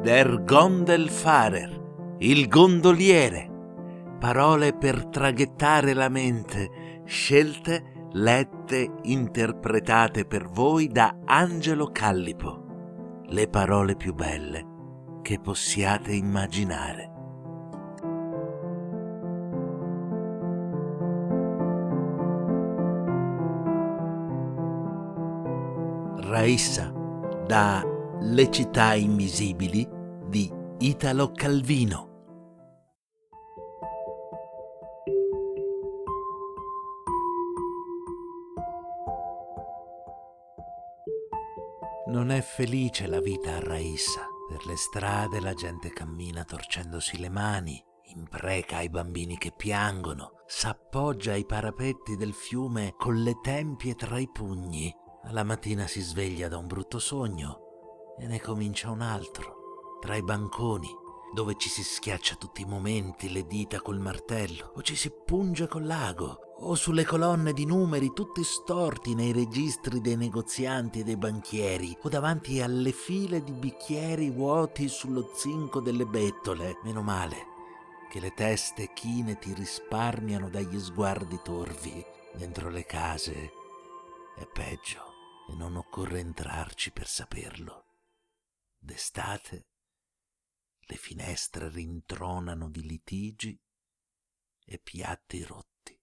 Der Gondelfahrer, il gondoliere. Parole per traghettare la mente, scelte, lette, interpretate per voi da Angelo Callipo. Le parole più belle che possiate immaginare. Raissa, da Le città invisibili di Italo Calvino. Non è felice la vita a Raissa. Per le strade la gente cammina torcendosi le mani, impreca ai bambini che piangono, s'appoggia ai parapetti del fiume con le tempie tra i pugni. Alla mattina si sveglia da un brutto sogno e ne comincia un altro, tra i banconi, dove ci si schiaccia tutti i momenti le dita col martello, o ci si punge col l'ago, o sulle colonne di numeri tutti storti nei registri dei negozianti e dei banchieri, o davanti alle file di bicchieri vuoti sullo zinco delle bettole. Meno male che le teste chine ti risparmiano dagli sguardi torvi. Dentro le case è peggio e non occorre entrarci per saperlo. D'estate le finestre rintronano di litigi e piatti rotti.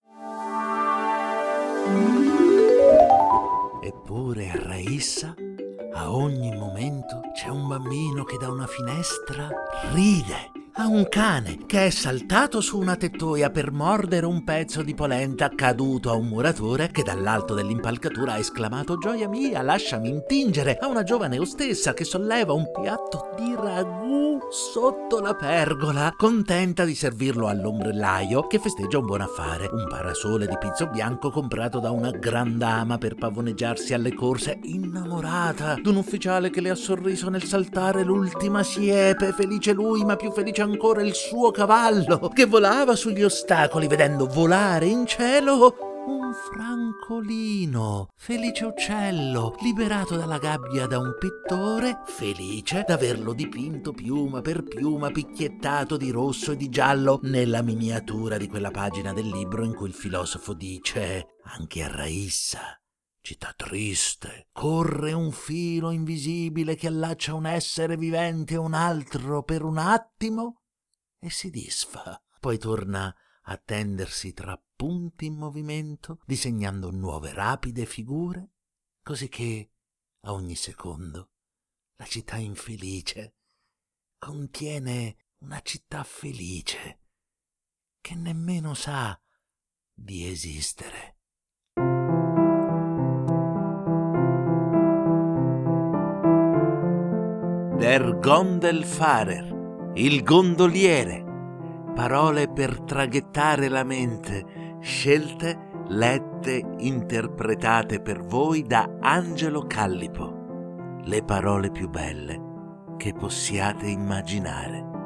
Eppure a Raissa, a ogni momento, c'è un bambino che da una finestra ride. Ha un cane che è saltato su una tettoia per mordere un pezzo di polenta caduto a un muratore che dall'alto dell'impalcatura ha esclamato: «Gioia mia, lasciami intingere!» A una giovane ostessa che solleva un piatto di ragù sotto la pergola, contenta di servirlo all'ombrellaio che festeggia un buon affare. Un parasole di pizzo bianco comprato da una grandama per pavoneggiarsi alle corse, innamorata d'un ufficiale che le ha sorriso nel saltare l'ultima siepe. Felice lui, ma più felice ancora il suo cavallo, che volava sugli ostacoli vedendo volare in cielo un francolino. Felice uccello, liberato dalla gabbia da un pittore, felice d'averlo dipinto piuma per piuma, picchiettato di rosso e di giallo nella miniatura di quella pagina del libro in cui il filosofo dice: «Anche a Raissa, città triste, corre un filo invisibile che allaccia un essere vivente a un altro per un attimo e si disfa. Poi torna a tendersi tra punti in movimento, disegnando nuove rapide figure, così che a ogni secondo la città infelice contiene una città felice che nemmeno sa di esistere». Der Gondelfahrer, il gondoliere. Parole per traghettare la mente, scelte, lette, interpretate per voi da Angelo Callipo. Le parole più belle che possiate immaginare.